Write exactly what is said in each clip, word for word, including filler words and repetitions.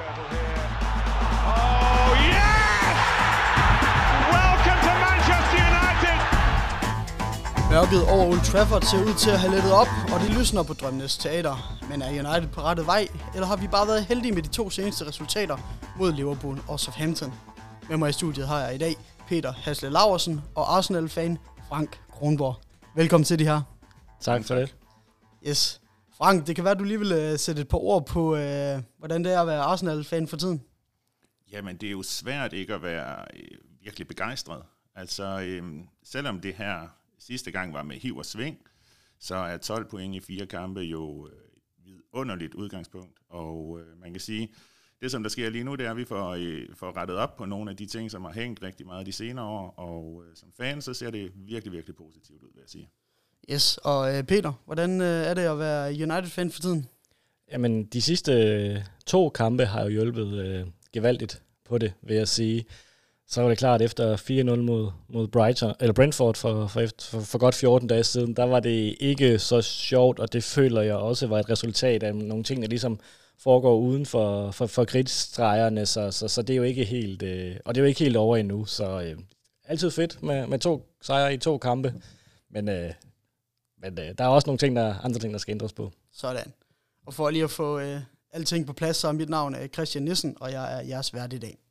Oh yes! Welcome to Manchester United! Mørket over Old Trafford ser ud til at have lettet op, og det lysner på Drømmenes Teater. Men er United på rette vej, eller har vi bare været heldige med de to seneste resultater mod Liverpool og Southampton? Med mig i studiet har jeg i dag Peter Hasle Laursen og Arsenal-fan Frank Kronborg. Velkommen til de her. Tak for det. Yes. Frank, det kan være, at du lige vil uh, sætte et par ord på, uh, hvordan det er at være Arsenal-fan for tiden. Jamen, det er jo svært ikke at være øh, virkelig begejstret. Altså, øh, selvom det her sidste gang var med hiv og sving, så er tolv point i fire kampe jo øh, vidunderligt udgangspunkt. Og øh, man kan sige, det som der sker lige nu, det er, at vi får, øh, får rettet op på nogle af de ting, som har hængt rigtig meget de senere år. Og øh, som fan, så ser det virkelig, virkelig positivt ud, vil jeg sige. Yes, og øh, Peter, hvordan øh, er det at være United-fan for tiden? Jamen, de sidste øh, to kampe har jo hjulpet øh, gevaldigt på det, vil jeg sige. Så var det klart, efter fire nul mod, mod Brighton, eller Brentford for, for, for, for godt fjorten dage siden, der var det ikke så sjovt, og det føler jeg også var et resultat af nogle ting, der ligesom foregår uden for, for, for kridtstregerne, så, så, så det er jo ikke helt, øh, og det er jo ikke helt over endnu, så øh, altid fedt med, med to sejre i to kampe, men, øh, men øh, der er også nogle ting, der, andre ting, der skal ændres på. Sådan. Og for lige at få øh, alting på plads, så er mit navn er Christian Nissen, og jeg er jeres vært i dag.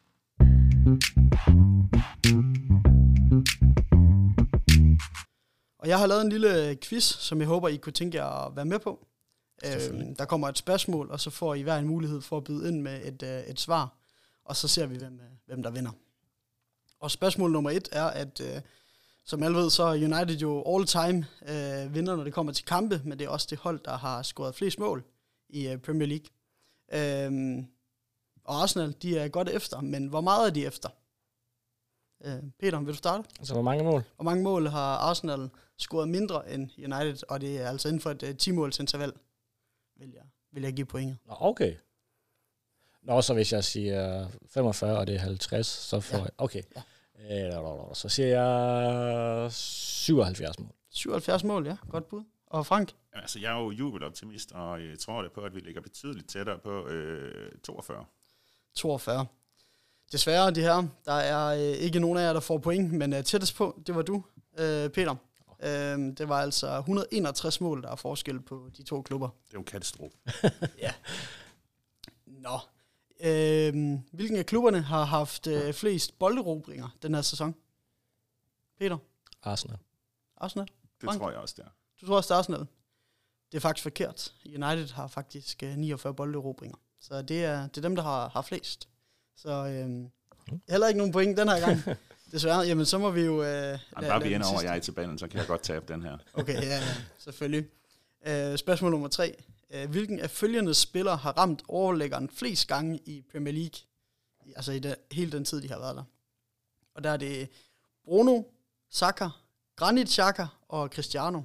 Og jeg har lavet en lille quiz, som jeg håber, I kunne tænke jer at være med på. Øhm, der kommer et spørgsmål, og så får I hver en mulighed for at byde ind med et, øh, et svar, og så ser vi, hvem, hvem der vinder. Og spørgsmål nummer et er, at øh, som alle ved, så er United jo all-time øh, vinder, når det kommer til kampe, men det er også det hold, der har scoret flest mål i øh, Premier League. Øhm, og Arsenal, de er godt efter, men hvor meget er de efter? Øh, Peter, vil du starte? Altså, hvor mange mål? Hvor mange mål har Arsenal scoret mindre end United, og det er altså inden for et uh, ti-måls interval, vil jeg, vil jeg give pointet. Nå, okay. Nå, så hvis jeg siger femogfyrre, og det er halvtreds, så får Ja. jeg... Okay. Ja. Øh, så siger jeg syvoghalvfjerds mål. syvoghalvfjerds mål, ja. Godt bud. Og Frank? Altså, jeg er jo jubeloptimist, og jeg tror det på, at vi ligger betydeligt tættere på øh, toogfyrre. toogfyrre. Desværre, det her, der er øh, ikke nogen af jer, der får point, men øh, tættest på, det var du, øh, Peter. Øh, det var altså et hundrede og enogtres mål, der er forskel på de to klubber. Det er jo en katastrofe. Ja. Nå. Øh, hvilken af klubberne har haft øh, flest bolderobringer den her sæson? Peter? Arsenal. Arsenal? Det Frank? tror jeg også, der. Du tror også, det er Arsenal? Det er faktisk forkert. United har faktisk øh, niogfyrre bolderobringer. Så det er, det er dem, der har, har flest. Så øhm, heller ikke nogen point den her gang. Desværre. Jamen, så må vi jo... Øh, Han bare blive ind over, jeg er til banen, så kan jeg godt tabe den her. Okay, ja, ja, selvfølgelig. Øh, spørgsmål nummer tre. Øh, hvilken af følgende spillere har ramt overlæggeren flest gange i Premier League? Altså i det, hele den tid, de har været der. Og der er det Bruno, Saka, Granit Xhaka og Cristiano.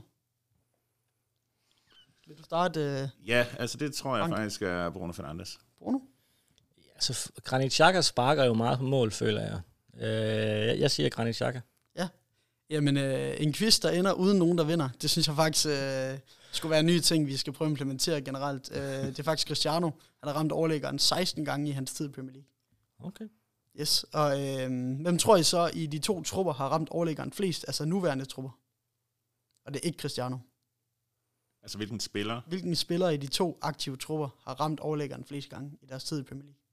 Vil du starte? Øh, Ja, altså det tror jeg Frank? faktisk er Bruno Fernandes. Bruno? Altså, Granit Xhaka sparker jo meget på mål, føler jeg. Øh, jeg, jeg siger Granit Xhaka. Jamen, øh, en quiz, der ender uden nogen, der vinder, det synes jeg faktisk øh, skulle være en ny ting, vi skal prøve at implementere generelt. Øh, det er faktisk Cristiano. Han har ramt overlæggeren seksten gange i hans tid i Premier League. Okay. Yes, og øh, hvem tror I så i de to trupper har ramt overlæggeren flest, altså nuværende trupper? Og det er ikke Cristiano. Altså hvilken spiller? Hvilken spiller i de to aktive trupper har ramt overlæggeren flest gange i deres tid i Premier League?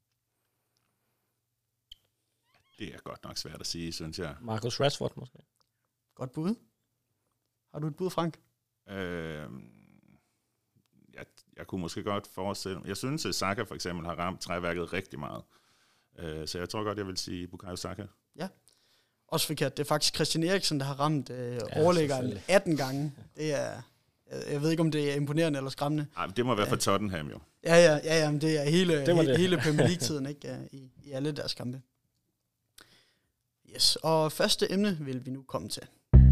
Det er godt nok svært at sige, synes jeg. Marcus Rashford måske. Godt bud. Har du et bud, Frank? Øh, jeg, jeg kunne måske godt forestille mig. Jeg synes, at Saka for eksempel har ramt træværket rigtig meget. Øh, så jeg tror godt, jeg vil sige Bukayo Saka. Ja. Også forkert. Det er faktisk Christian Eriksen, der har ramt øh, Ja, overlæggeren atten gange. Det er, jeg ved ikke, om det er imponerende eller skræmmende. Ej, det må være for Tottenham jo. Ja, ja, ja, ja, men det er hele, Det var he, det. hele Premier League-tiden, ikke? Ja, I, i alle deres kampe. Yes, og første emne vil vi nu komme til.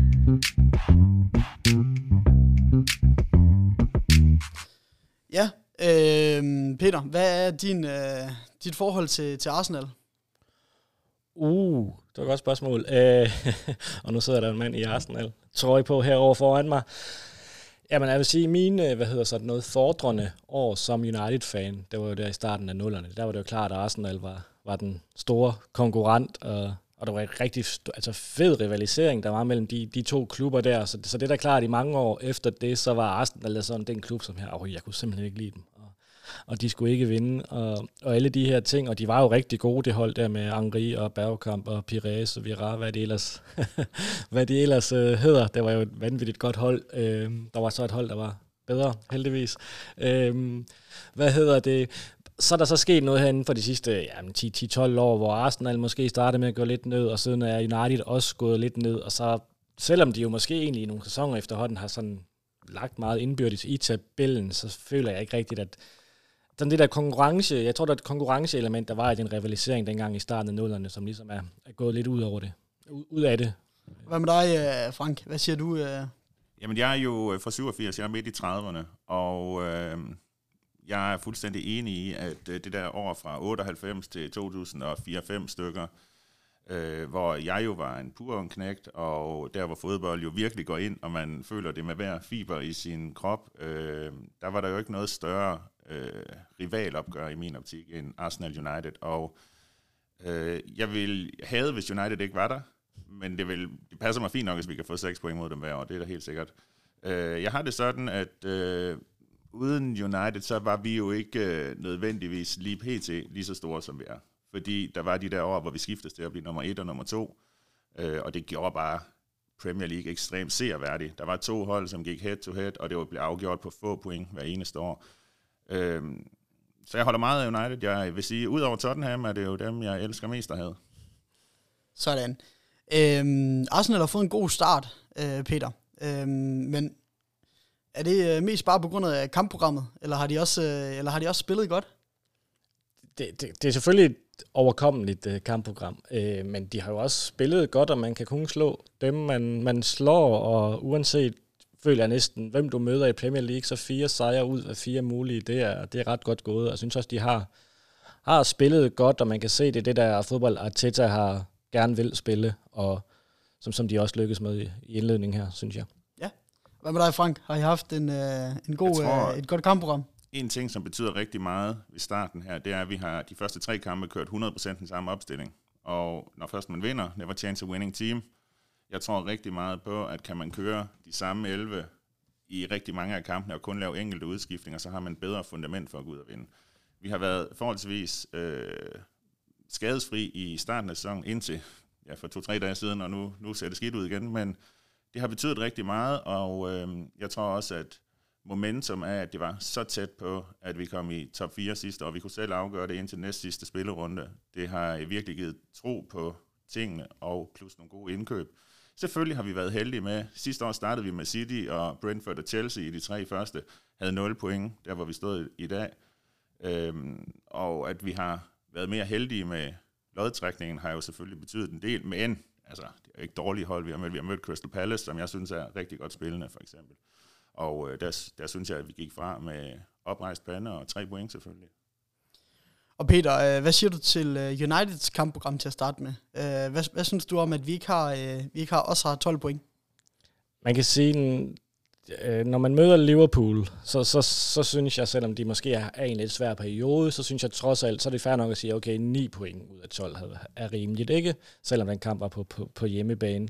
Ja, øh, Peter, hvad er din, øh, dit forhold til, til Arsenal? Uh, det var et godt spørgsmål. Øh, og nu sidder der en mand i Arsenal. Trøje på herovre foran mig. Jamen, jeg vil sige, mine, hvad hedder sådan noget, fordrende år som United-fan, det var jo der i starten af nullerne, der var det jo klart, at Arsenal var, var den store konkurrent, og, og der var en rigtig altså fed rivalisering, der var mellem de, de to klubber der, så, så det er da klart, i mange år efter det, så var Arsenal sådan den klub, som her, oh, jeg kunne simpelthen ikke lide dem, og, og de skulle ikke vinde, og, og alle de her ting, og de var jo rigtig gode, det hold der med Henry og Bergkamp og Pires og Vieira, hvad det ellers, hvad de ellers øh, hedder. Det var jo et vanvittigt godt hold. Øh, der var så et hold, der var bedre, heldigvis. Øh, hvad hedder det? Så er der så sket noget herinde for de sidste ja, ti til tolv år, hvor Arsenal måske startede med at gå lidt ned, og siden er United også gået lidt ned, og så selvom de jo måske egentlig i nogle sæsoner efterhånden har sådan lagt meget indbyrdes i tabellen, så føler jeg ikke rigtigt, at sådan det der konkurrence, jeg tror, der er et konkurrenceelement, der var i den rivalisering dengang i starten af nullerne, som ligesom er, er gået lidt ud over det. Ud af det. Hvad med dig, Frank? Hvad siger du? Jamen, jeg er jo fra syvogfirs, jeg er midt i trediverne, og øh, jeg er fuldstændig enig i, at det der år fra otteoghalvfems til to tusind og fire fem stykker, øh, hvor jeg jo var en pur ung knægt, og der hvor fodbold jo virkelig går ind, og man føler det med hver fiber i sin krop, øh, der var der jo ikke noget større øh, rivalopgør i min optik end Arsenal United, og øh, jeg vil have, hvis United ikke var der, men det, vil, det passer mig fint nok, hvis vi kan få seks point mod dem hver år, det er da helt sikkert. Øh, jeg har det sådan, at øh, uden United, så var vi jo ikke øh, nødvendigvis lige pt. Lige så store, som vi er. Fordi der var de der år, hvor vi skiftede til at blive nummer et og nummer to, øh, og det gjorde bare Premier League ekstremt seerværdigt. Der var to hold, som gik head to head, og det blev afgjort på få point hver eneste år. Øh, så jeg holder meget af United. Jeg vil sige, ud over Tottenham, er det jo dem, jeg elsker mest at have. Sådan. Øhm, Arsenal har fået en god start, øh, Peter. Øhm, men er det øh, mest bare på grund af kampprogrammet, eller har de også, øh, eller har de også spillet godt? Det, det, det er selvfølgelig et overkommeligt øh, kampprogram, øh, men de har jo også spillet godt, og man kan kun slå dem, man, man slår, og uanset, føler jeg næsten, hvem du møder i Premier League, så fire sejre ud af fire mulige, det er, det er ret godt gået. Jeg synes også, de har, har spillet godt, og man kan se, det er det der fodbold, Arteta har gerne vil spille, og som, som de også lykkes med i, i indledningen her, synes jeg. Ja. Hvad med dig, Frank? Har I haft en, øh, en god, tror, øh, et godt kampprogram? En ting, som betyder rigtig meget ved starten her, det er, at vi har de første tre kampe kørt hundrede procent den samme opstilling. Og når først man vinder, never change a winning team. Jeg tror rigtig meget på, at kan man køre de samme elleve i rigtig mange af kampene, og kun lave enkelte udskiftninger, så har man et bedre fundament for at gå ud og vinde. Vi har været forholdsvis øh, skadesfri i starten af sæsonen, indtil ja, for to-tre dage siden, og nu, nu ser det skidt ud igen, men det har betydet rigtig meget, og øh, jeg tror også, at momentum er, at det var så tæt på, at vi kom i top fire sidste år, og vi kunne selv afgøre det indtil næste sidste spillerunde. Det har virkelig givet tro på tingene, og plus nogle gode indkøb. Selvfølgelig har vi været heldige med, sidste år startede vi med City og Brentford og Chelsea i de tre første, havde nul point, der hvor vi stod i dag, øhm, og at vi har været mere heldige med lodtrækningen, har jo selvfølgelig betydet en del, men altså, det er ikke dårlige hold, vi har mødt. Vi har mødt Crystal Palace, som jeg synes er rigtig godt spillende, for eksempel. Og øh, der, der synes jeg, at vi gik fra med oprejst pande og tre point selvfølgelig. Og Peter, øh, hvad siger du til øh, Uniteds kampprogram til at starte med? Øh, hvad, hvad synes du om, at vi ikke har, øh, vi ikke har også har tolv point? Man kan sige, øh, når man møder Liverpool, så, så, så synes jeg, selvom de måske er i en lidt svær periode, så synes jeg trods alt, så er det fair nok at sige, okay, ni point ud af tolv er rimeligt, ikke? Selvom den kamp var på, på, på hjemmebane.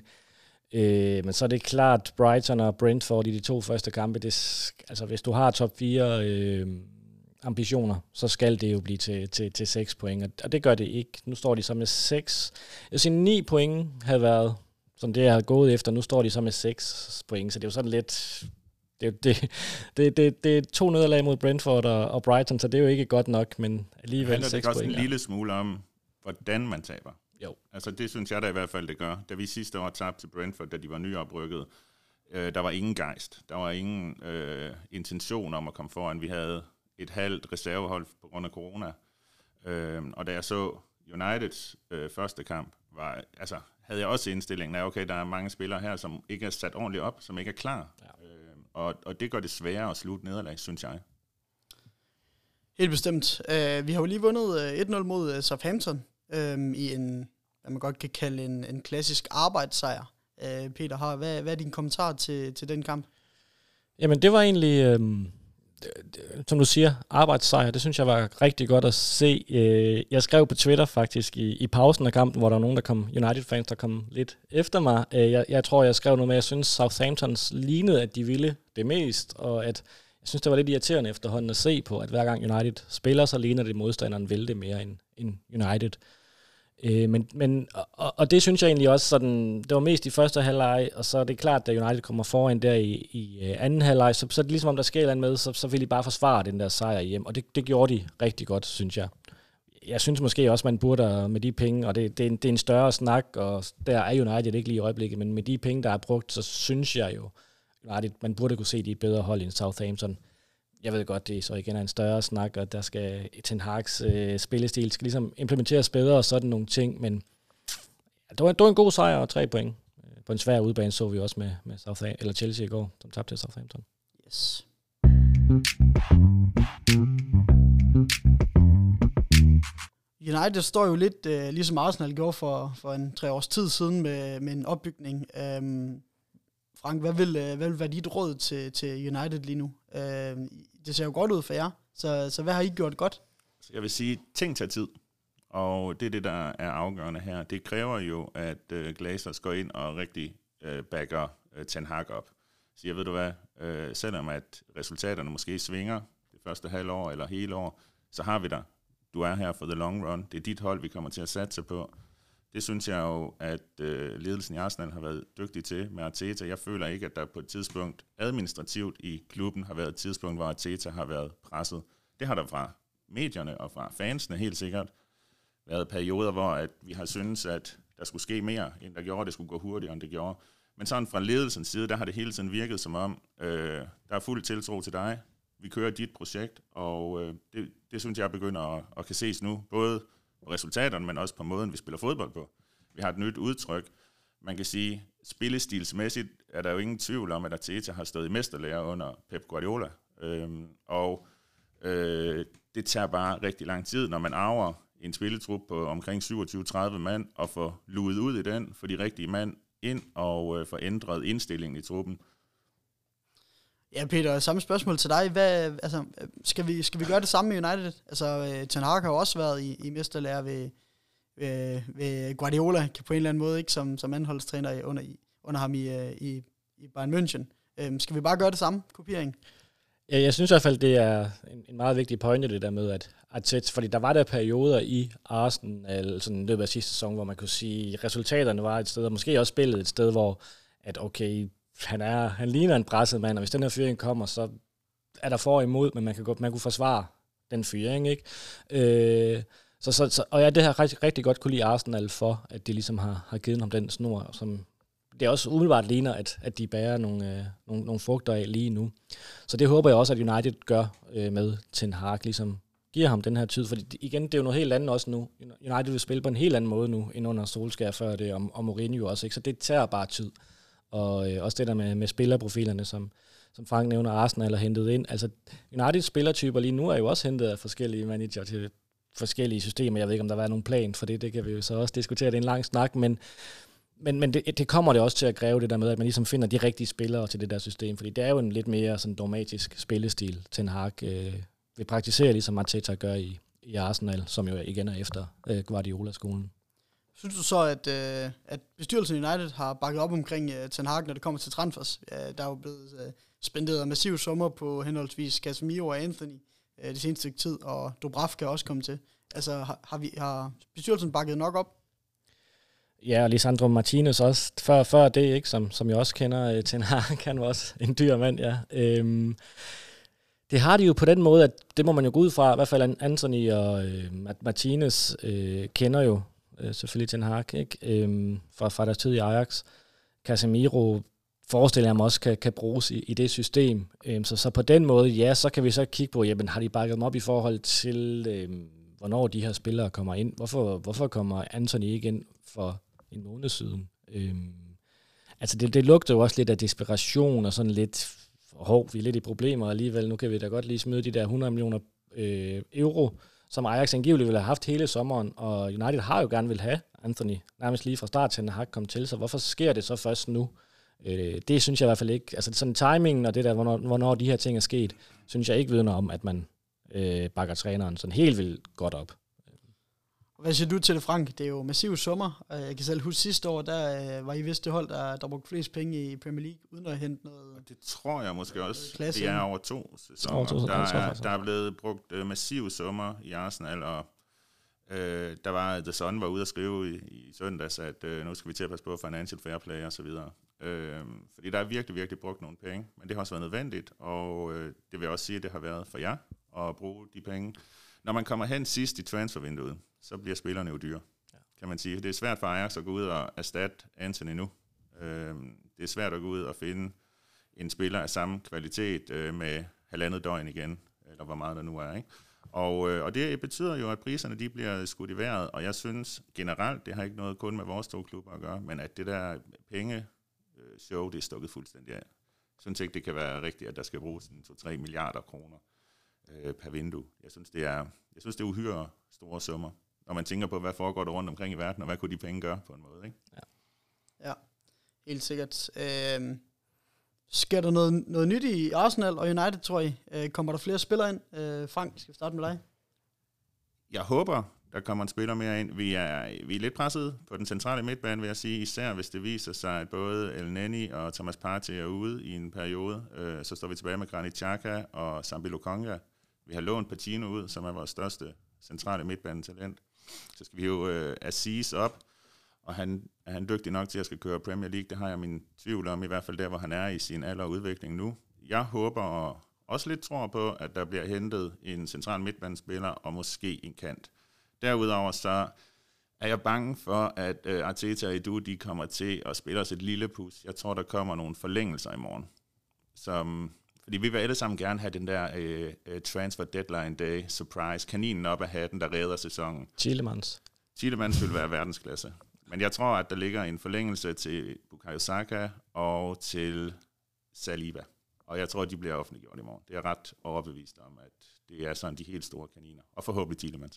Øh, men så er det klart, Brighton og Brentford i de to første kampe, det, altså hvis du har top fire øh, ambitioner, så skal det jo blive til, til, til seks point, og det gør det ikke. Nu står de så med seks. Jeg vil sige, ni point havde været, som det jeg har gået efter, nu står de så med seks point, så det er jo sådan lidt, det, det, det, det, det er to nederlag mod Brentford og, og Brighton, så det er jo ikke godt nok, men alligevel seks point. Det også en lille smule om, hvordan man taber. Jo. Altså det synes jeg da i hvert fald, det gør. Da vi sidste år tabte til Brentford, da de var nyoprykket, øh, der var ingen gejst. Der var ingen øh, intention om at komme foran. Vi havde et halvt reservehold på grund af corona. Øh, og da jeg så Uniteds øh, første kamp, var, altså, havde jeg også indstillingen af, okay, der er mange spillere her, som ikke er sat ordentligt op, som ikke er klar. Ja. Øh, og, og det gør det sværere at slutte nederlag, synes jeg. Helt bestemt. Uh, vi har jo lige vundet uh, et nul mod uh, Southampton um, i en, hvad man godt kan kalde en, en klassisk arbejdssejr. Uh, Peter, har, hvad, hvad er din kommentar til, til den kamp? Jamen, det var egentlig, øh, som du siger, arbejdssejr. Det synes jeg var rigtig godt at se. Øh, jeg skrev på Twitter faktisk i, i pausen af kampen, hvor der var nogen, der kom, United-fans, der kom lidt efter mig. Øh, jeg, jeg tror, jeg skrev noget med, at jeg synes, Southamptons lignede, at de ville det mest, og at jeg synes, det var lidt irriterende efterhånden at se på, at hver gang United spiller, så ligner det, modstanderen vil det mere end, end United. Øh, men, men, og, og det synes jeg egentlig også, sådan, det var mest i første halvleg, og så er det klart, da United kommer foran der i, i anden halvleg, så, så er det ligesom, om der sker noget med, så, så vil de bare forsvare den der sejr hjem, og det, det gjorde de rigtig godt, synes jeg. Jeg synes måske også, man burde med de penge, og det, det, er, en, det er en større snak, og der er United ikke lige i øjeblikket, men med de penge, der er brugt, så synes jeg jo, United, man burde kunne se, de er et bedre hold end Southampton. Jeg ved godt, det så igen er en større snak, og der skal Ten Hag's øh, spillestil skal ligesom implementeres bedre og sådan nogle ting, men ja, det, var, det var en god sejr og tre point. På en svær udbane så vi også med, med Southampton, eller Chelsea i går, som tabte til Southampton. Yes. United står jo lidt øh, ligesom Arsenal gjorde for, for en tre års tid siden med, med en opbygning. Øhm, Frank, hvad vil, hvad vil være dit råd til, til United lige nu? Øh, det ser jo godt ud for jer, så, så hvad har I gjort godt? Jeg vil sige, ting tager tid, og det er det, der er afgørende her. Det kræver jo, at øh, Glazers går ind og rigtig øh, backer øh, Ten Hag op. Så jeg ved du hvad, øh, selvom at resultaterne måske svinger det første halvår eller hele år, så har vi dig. Du er her for the long run. Det er dit hold, vi kommer til at satse på. Det synes jeg jo, at øh, ledelsen i Arsenal har været dygtig til med Arteta. Jeg føler ikke, at der på et tidspunkt administrativt i klubben har været et tidspunkt, hvor Arteta har været presset. Det har der fra medierne og fra fansene helt sikkert været perioder, hvor at vi har syntes, at der skulle ske mere, end der gjorde. Det skulle gå hurtigere, end det gjorde. Men sådan fra ledelsens side, der har det hele tiden virket som om, øh, der er fuld tiltro til dig. Vi kører dit projekt, og øh, det, det synes jeg begynder at, at kan ses nu, både på resultaterne, men også på måden, vi spiller fodbold på. Vi har et nyt udtryk. Man kan sige, spillestilsmæssigt er der jo ingen tvivl om, at Arteta har stået i mesterlære under Pep Guardiola. Øhm, og øh, det tager bare rigtig lang tid, når man arver en spilletrup på omkring syvogtyve til tredive mand, og får luet ud i den, for de rigtige mand ind, og øh, får ændret indstillingen i truppen. Ja, Peter, samme spørgsmål til dig. Hvad, altså, skal, vi, skal vi gøre det samme med United? Altså, Ten Hag har jo også været i, i mesterlære ved, ved, ved Guardiola, på en eller anden måde, ikke som, som anholdstræner under, under ham i, i, i Bayern München. Øhm, skal vi bare gøre det samme, kopiering? Ja, jeg synes i hvert fald, det er en, en meget vigtig pointe, det der med, at Arteta, fordi der var der perioder i Arsenal, sådan i løbet af sidste sæson, hvor man kunne sige, at resultaterne var et sted, og måske også spillet et sted, hvor at okay, han, er, han ligner en presset mand, og hvis den her fyring kommer, så er der for og imod, men man, kan gå, man kunne forsvare den fyring, ikke? Øh, så, så, så, og ja, det har rigtig, rigtig godt kunne lide Arsenal for, at de ligesom har, har givet ham den snor, som det også umiddelbart ligner, at, at de bærer nogle, øh, nogle, nogle frugter af lige nu. Så det håber jeg også, at United gør øh, med Ten Hag, ligesom giver ham den her tid, fordi igen, det er jo noget helt andet også nu. United vil spille på en helt anden måde nu, end under Solskjaer før det, og, og Mourinho også, ikke? Så det tager bare tid. Og øh, også det der med, med spillerprofilerne, som, som Frank nævner, Arsenal har hentet ind. Altså, Uniteds spillertyper lige nu er jo også hentet af forskellige manager til forskellige systemer. Jeg ved ikke, om der var nogen plan for det, det kan vi jo så også diskutere, det er en lang snak, men, men, men det, det kommer det også til at kræve det der med, at man ligesom finder de rigtige spillere til det der system, fordi det er jo en lidt mere sådan dogmatisk spillestil, Ten Hag øh, vil praktisere, ligesom Arteta gør i, i Arsenal, som jo igen er efter øh, Guardiola-skolen. Synes du så, at, øh, at bestyrelsen United har bakket op omkring øh, Ten Hag, når det kommer til transfers? Ja, der er jo blevet øh, spenderet massive summer på henholdsvis Casemiro og Anthony øh, det seneste tid, og Dubravka også kommet til. Altså, har, har, vi, har bestyrelsen bakket nok op? Ja, og Lisandro Martinez også, før, før det, ikke, som, som jeg også kender, Ten Hag, han var også en dyr mand, ja. Øhm, det har de jo på den måde, at det må man jo gå ud fra, i hvert fald Anthony og øh, Martinez øh, kender jo øh, selvfølgelig Ten Hag, ikke? Øhm, fra, fra deres tid i Ajax. Casemiro forestiller jeg mig også kan, kan bruges i, i det system. Øhm, så, så på den måde, ja, så kan vi så kigge på, jamen har de bakket dem op i forhold til, øhm, hvornår de her spillere kommer ind? Hvorfor, hvorfor kommer Anthony ikke ind for en måned siden? Øhm, altså det, det lugter jo også lidt af desperation og sådan lidt, hov, vi er lidt i problemer alligevel, nu kan vi da godt lige smide de der hundrede millioner øh, euro, som Ajax angiveligt ville have haft hele sommeren, og United har jo gerne vil have Anthony, nærmest lige fra start til, han har kommet til, så hvorfor sker det så først nu? Øh, det synes jeg i hvert fald ikke. Altså sådan timingen og det der, hvornår, hvornår de her ting er sket, synes jeg ikke vidner om, at man øh, bakker træneren sådan helt vildt godt op. Hvad siger du til det, Frank? Det er jo massive summer. Jeg kan selv huske sidste år, der var I vist det hold, der, der brugte flest penge i Premier League, uden at hente noget. Det tror jeg måske også. Klasse. Det er over to sæsoner. Over to, der, er, der er blevet brugt uh, massive summer i Arsenal, og uh, der var The Sun var ude at skrive i, i søndags, at uh, nu skal vi til at passe på financial fair play og så videre. Uh, fordi der er virkelig, virkelig brugt nogle penge, men det har også været nødvendigt, og uh, det vil jeg også sige, at det har været for jer at bruge de penge. Når man kommer hen sidst i transfervinduet, så bliver spillerne jo dyre, ja. Kan man sige. Det er svært for Ajax at gå ud og erstatte Anthony nu. Øh, det er svært at gå ud og finde en spiller af samme kvalitet øh, med halvandet døgn igen, eller hvor meget der nu er, ikke? Og, øh, og det betyder jo, at priserne de bliver skudt i vejret, og jeg synes generelt, det har ikke noget kun med vores to klubber at gøre, men at det der pengeshow, det er stukket fuldstændig af. Jeg synes ikke, det kan være rigtigt, at der skal bruges to til tre milliarder kroner øh, per vindue. Jeg synes, det er, jeg synes, det er uhyre store summer, når man tænker på, hvad foregår der rundt omkring i verden, og hvad kunne de penge gøre på en måde, ikke? Ja, ja, helt sikkert. Øh, sker der noget, noget nyt i Arsenal og United, tror I? Øh, kommer der flere spillere ind? Øh, Frank, skal vi starte med dig? Jeg håber, der kommer en spiller mere ind. Vi er, vi er lidt presset på den centrale midtbane, vil jeg sige, især hvis det viser sig, at både El Neni og Thomas Partey er ude i en periode. Øh, så står vi tilbage med Granit Xhaka og Sambi Lokonga. Vi har lånt Pacino ud, som er vores største centrale midtbanetalent. Så skal vi jo øh, Aziz op, og han, er han dygtig nok til at skal køre Premier League? Det har jeg min tvivl om, i hvert fald der, hvor han er i sin alder og udvikling nu. Jeg håber og også lidt tror på, at der bliver hentet en central midtbanespiller og måske en kant. Derudover så er jeg bange for, at øh, Arteta og Edu, de kommer til at spille os et lille pus. Jeg tror, der kommer nogle forlængelser i morgen. Som, fordi vi vil alle sammen gerne have den der øh, transfer deadline day surprise, kaninen op af hatten, der redder sæsonen. Tielemans. Tielemans vil være verdensklasse. Men jeg tror, at der ligger en forlængelse til Bukayo Saka og til Saliba. Og jeg tror, de bliver offentliggjort i morgen. Det er ret overbevist om, at det er sådan de helt store kaniner. Og forhåbentlig Tielemans.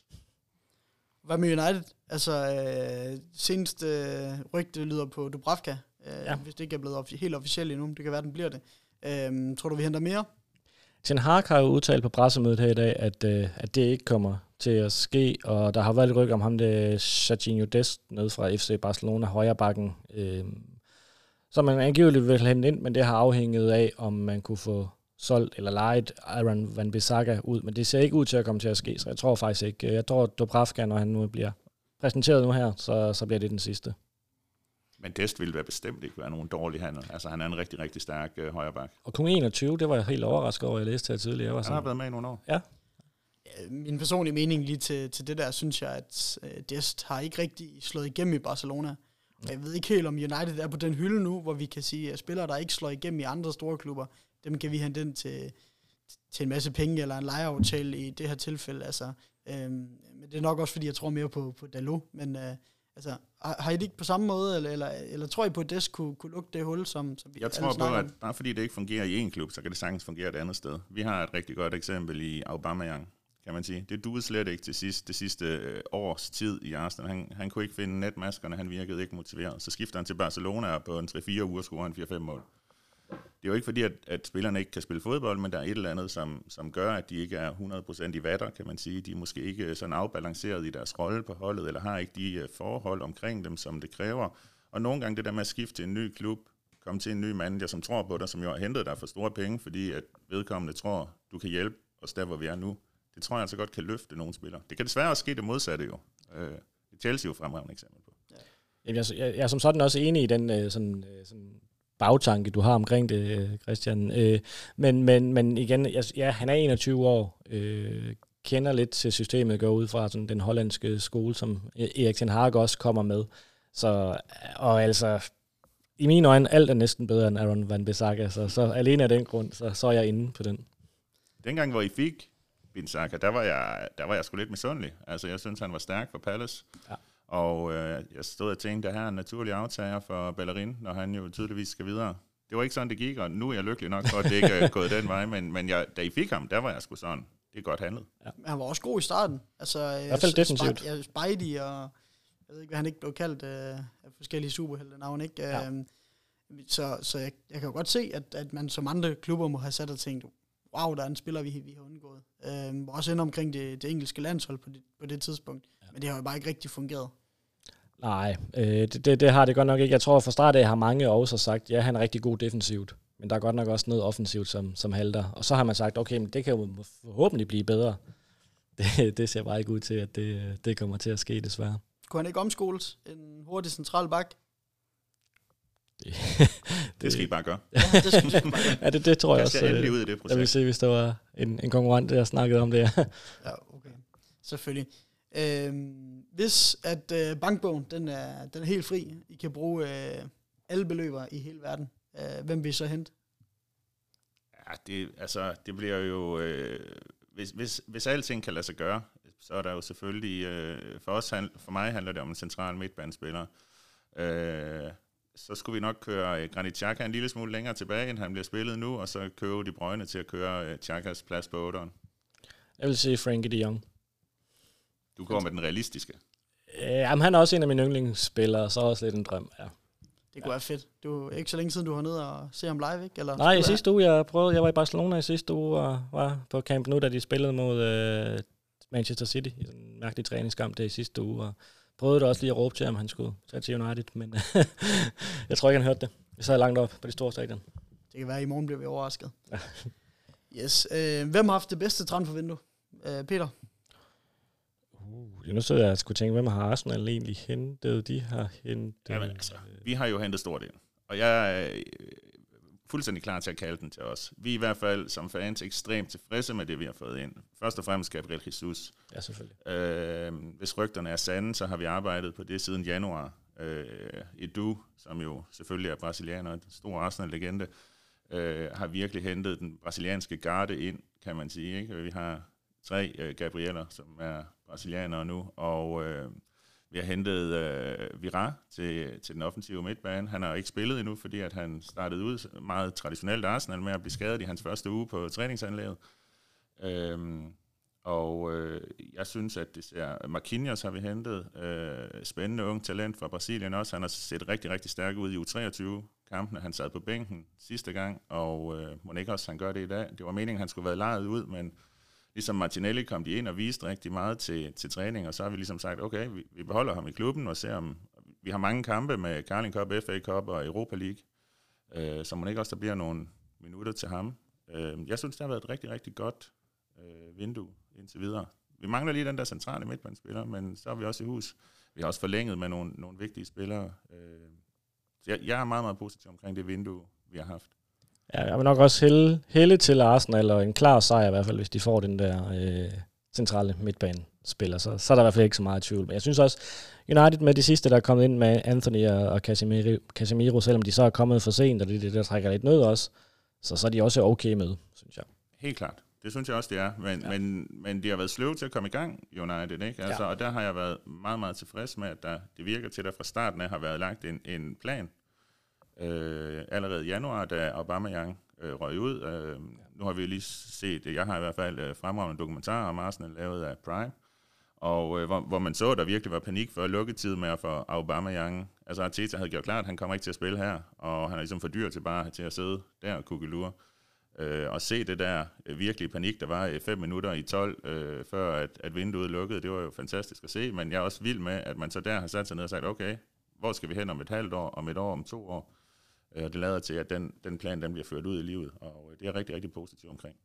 Hvad med United? Altså, øh, senest øh, rygte lyder på Dubravka, øh, ja. Hvis det ikke er blevet offi- helt officielt endnu. Det kan være, den bliver det. Øh, tror du, vi henter mere? Ten Hag har jo udtalt på pressemødet her i dag, at, øh, at det ikke kommer til at ske, og der har været et ryg om ham, det er Serginho Dest, nede fra F C Barcelona, højrebakken, øh, som man angiveligt vil hente ind, men det har afhænget af, om man kunne få solgt eller lejet Aaron Wan-Bissaka ud, men det ser ikke ud til at komme til at ske, så jeg tror faktisk ikke. Jeg tror, at Dubravka, når han nu bliver præsenteret nu her, så, så bliver det den sidste. Men Dest ville være bestemt ikke være nogen dårlig handel. Altså, han er en rigtig, rigtig stærk øh, højreback. Og kun enogtyve, det var jeg helt overrasket over, jeg læste her tidligere. Var han har været med i nogle år. Ja. Min personlige mening lige til, til det der, synes jeg, at uh, Dest har ikke rigtig slået igennem i Barcelona. Og jeg ved ikke helt, om United er på den hylde nu, hvor vi kan sige, at spillere, der ikke slår igennem i andre store klubber, dem kan vi hente ind til, til en masse penge eller en lejeaftale i det her tilfælde. Altså, øhm, men det er nok også, fordi jeg tror mere på, på Dalot. Men øh, altså, har, har I det ikke på samme måde, eller, eller, eller tror I på, at Dest kunne, kunne lukke det hul, som, som vi Jeg tror på, at bare fordi det ikke fungerer i en klub, så kan det sagtens fungere et andet sted. Vi har et rigtig godt eksempel i Aubameyang, kan man sige. Det duede slet ikke til sidst, det sidste øh, års tid i Arsenal. Han, han kunne ikke finde netmaskerne, han virkede ikke motiveret. Så skifter han til Barcelona, og på en tre fire uger scorer han fire fem mål. Det er jo ikke fordi, at, at spillerne ikke kan spille fodbold, men der er et eller andet, som, som gør, at de ikke er hundrede procent i vatter, kan man sige. De er måske ikke sådan afbalanceret i deres rolle på holdet, eller har ikke de uh, forhold omkring dem, som det kræver. Og nogle gange det der med at skifte til en ny klub, komme til en ny manager, som tror på dig, som jo har hentet dig for store penge, fordi at vedkommende tror, du kan hjælpe os der, hvor vi er nu. Det tror jeg altså godt kan løfte nogle spillere. Det kan desværre også ske det modsatte jo. Uh, det Chelsea jo fremragende eksempel på. Ja. Jeg, jeg, jeg er som sådan også enig i den uh, sådan, uh, sådan bagtanke, du har omkring det, Christian. Øh, men, men, men igen, ja, han er enogtyve år, øh, kender lidt til systemet, går ud fra sådan den hollandske skole, som Erik ten Hag også kommer med. Så, og altså, i mine øjne, alt er næsten bedre end Aaron Wan-Bissaka, så, så alene af den grund, så, så er jeg inde på den. Dengang, hvor I fik Bissaka, der var jeg, der var jeg sgu lidt misundelig. Altså, jeg synes, han var stærk for Palace. Ja. Og øh, jeg stod og tænkte, at her er en naturlig aftager for Bellerin, når han jo tydeligvis skal videre. Det var ikke sådan, det gik, og nu er jeg lykkelig nok for, at det ikke er gået den vej, men, men jeg, da I fik ham, der var jeg sgu sådan, det er godt handlet. Ja. Han var også god i starten. Altså, I hvert fald defensivt. Ja, Spidey og jeg ved ikke, hvad han ikke blev kaldt øh, af forskellige superhelte navne, ikke? Ja. Øhm, Så, så jeg, jeg kan jo godt se, at, at man som andre klubber må have sat og tænkt, wow, der er en spiller, vi, vi har undgået. Øhm, også inde omkring det, det engelske landshold på det, på det tidspunkt. Ja. Men det har jo bare ikke rigtig fungeret. Nej, øh, det, det, det har det godt nok ikke. Jeg tror, fra start af har mange også sagt, ja, han er rigtig god defensivt. Men der er godt nok også noget offensivt, som, som halter. Og så har man sagt, okay, men det kan jo forhåbentlig blive bedre. Det, det ser bare ikke ud til, at det, det kommer til at ske, desværre. Kunne han ikke omskoles en hurtig central bak? Det, det skal I bare gøre. Ja, det skal I bare gøre. Ja, det, det tror jeg, jeg også. Jeg skal endelig ud i det projekt. Jeg vil se, hvis der var en, en konkurrent, der snakkede om det. Ja, okay. Selvfølgelig. Øhm, hvis at øh, bankbogen, den er, den er helt fri, I kan bruge øh, alle beløber i hele verden, øh, hvem vil I så hente? Ja, det, altså, det bliver jo... Øh, hvis, hvis, hvis alting kan lade sig gøre, så er der jo selvfølgelig... Øh, for, os, for mig handler det om en central midtbanespiller. Øh, så skulle vi nok køre Granit Xhaka en lille smule længere tilbage, end han bliver spillet nu, og så købe De Bruyne til at køre Xhakas plads på otteren. Jeg vil sige Frenkie de Jong. Du går med den realistiske. Jamen, han er også en af mine yndlingsspillere, så også lidt en drøm, ja. Det kunne ja. være fedt. Du er ikke så længe siden, du var nede og se ham live, ikke? Eller Nej, i sidste uge, jeg prøvede, jeg var i Barcelona i sidste uge, og var på Camp Nou, da de spillede mod øh, Manchester City, i en mærkelig træningskamp der i sidste uge, og prøvede da også lige at råbe til ham, han skulle tage til United, men jeg tror ikke, han hørte det. Vi sad langt op på det store stadion. Det kan være, at i morgen bliver vi overrasket. Yes. Øh, hvem har haft det bedste transfervindue? Øh, Peter? Uh, nu sidder jeg og skulle tænke, hvem har Arsenal egentlig hentet? De har hentet... Jamen, altså, vi har jo hentet stort ind, og jeg er fuldstændig klar til at kalde den til os. Vi er i hvert fald som fans ekstremt tilfredse med det, vi har fået ind. Først og fremmest Gabriel Jesus. Ja, selvfølgelig. Øh, hvis rygterne er sande, så har vi arbejdet på det siden januar. Øh, Edu, som jo selvfølgelig er brasilianer, en stor Arsenal-legende, øh, har virkelig hentet den brasilianske garde ind, kan man sige. Ikke? Vi har tre øh, Gabrieler, som er brasilianere nu, og øh, vi har hentet øh, Vira til, til den offensive midtbane. Han har ikke spillet endnu, fordi at han startede ud meget traditionelt Arsenal med at blive skadet i hans første uge på træningsanlægget. Øhm, og øh, jeg synes, at det ser... Marquinhos har vi hentet. Øh, spændende ung talent fra Brasilien også. Han har set rigtig, rigtig stærk ud i U treogtyve-kampene. Han sad på bænken sidste gang, og øh, må ikke også han gør det i dag. Det var meningen, at han skulle være lejet ud, men ligesom Martinelli kom de ind og viste rigtig meget til, til træning, og så har vi ligesom sagt, okay, vi, vi beholder ham i klubben og ser om... Vi har mange kampe med Carling Cup, F A Cup og Europa League, øh, så må ikke også der bliver nogle minutter til ham. Øh, jeg synes, det har været et rigtig, rigtig godt øh, vindue indtil videre. Vi mangler lige den der centrale midtbanespiller, men så er vi også i hus. Vi har også forlænget med nogle, nogle vigtige spillere. Øh, så jeg, jeg er meget, meget positiv omkring det vindue, vi har haft. Ja, jeg vil nok også hælde, hælde til Arsenal, og en klar sejr i hvert fald, hvis de får den der øh, centrale midtbanespiller. Så, så er der i hvert fald ikke så meget tvivl. Men jeg synes også, United med de sidste, der er kommet ind med Anthony og, og Casemiro, Casemiro, selvom de så er kommet for sent, og det er det, der trækker lidt ned også, så, så er de også okay med, synes jeg. Helt klart. Det synes jeg også, det er. Men, ja. men, men de har været sløve til at komme i gang, United, ikke? Altså, ja. Og der har jeg været meget, meget tilfreds med, at der, det virker til, at der fra starten af har været lagt en, en plan. Øh, allerede i januar, da Aubameyang øh, røg ud. Øh, nu har vi lige set, jeg har i hvert fald øh, fremragende dokumentarer om Arsenal lavet af Prime, og øh, hvor, hvor man så, at der virkelig var panik for lukketid med at få Aubameyang. Altså Arteta havde gjort klart, at han kommer ikke til at spille her, og han er ligesom for dyr til bare til at sidde der og kukkelure. Øh, og se det der øh, virkelige panik, der var i fem minutter i tolv, øh, før at, at vinduet lukkede, det var jo fantastisk at se, men jeg er også vild med, at man så der har sat sig ned og sagt, okay, hvor skal vi hen om et halvt år, om et år, om to år? Og det lader til, at den, den plan den bliver ført ud i livet, og det er rigtig, rigtig positivt omkring.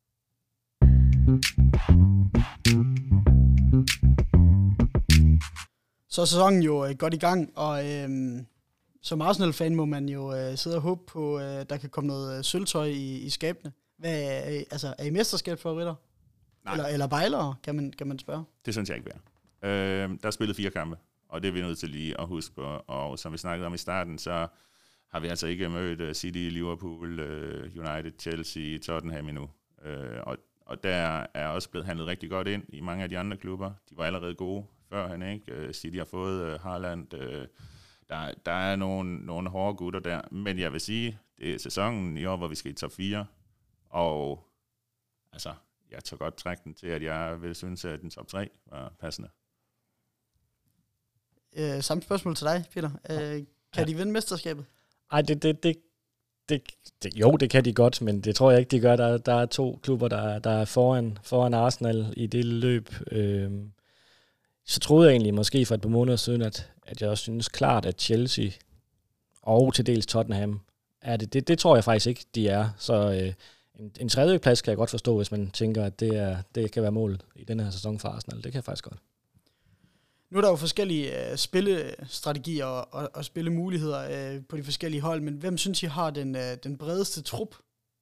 Så er sæsonen jo øh, godt i gang, og øh, som Arsenal-fan må man jo øh, sidde og håbe på, at øh, der kan komme noget øh, sølvtøj i, i skabene. Hvad er, altså, er I mesterskabsfavoritter? Nej. Eller, eller bejlere, kan man, kan man spørge? Det synes jeg ikke værd. Øh, der er spillet fire kampe, og det er vi nødt til lige at huske på. Og som vi snakkede om i starten, så har vi altså ikke mødt City, Liverpool, United, Chelsea, Tottenham endnu. Og, og der er også blevet handlet rigtig godt ind i mange af de andre klubber. De var allerede gode førhen, ikke? City har fået Haaland. Der, der er nogle, nogle hårde gutter der. Men jeg vil sige, det er sæsonen i år, hvor vi skal i top fire. Og altså, jeg tager godt trække den til, at jeg vil synes, at den top tre var passende. Øh, samme spørgsmål til dig, Peter. Øh, kan ja. de vinde mesterskabet? Ej, det, det, det, det, det, jo, det kan de godt, men det tror jeg ikke, de gør. Der, der er to klubber, der, der er foran, foran Arsenal i det løb. Øhm, så troede jeg egentlig måske for et par måneder siden, at, at jeg også synes klart, at Chelsea og til dels Tottenham er det. Det, det tror jeg faktisk ikke, de er. Så øh, en, en tredje plads kan jeg godt forstå, hvis man tænker, at det, er, det kan være målet i den her sæson for Arsenal. Det kan jeg faktisk godt. Nu er der jo forskellige øh, spillestrategier og, og, og spillemuligheder øh, på de forskellige hold, men hvem synes I har den, øh, den bredeste trup?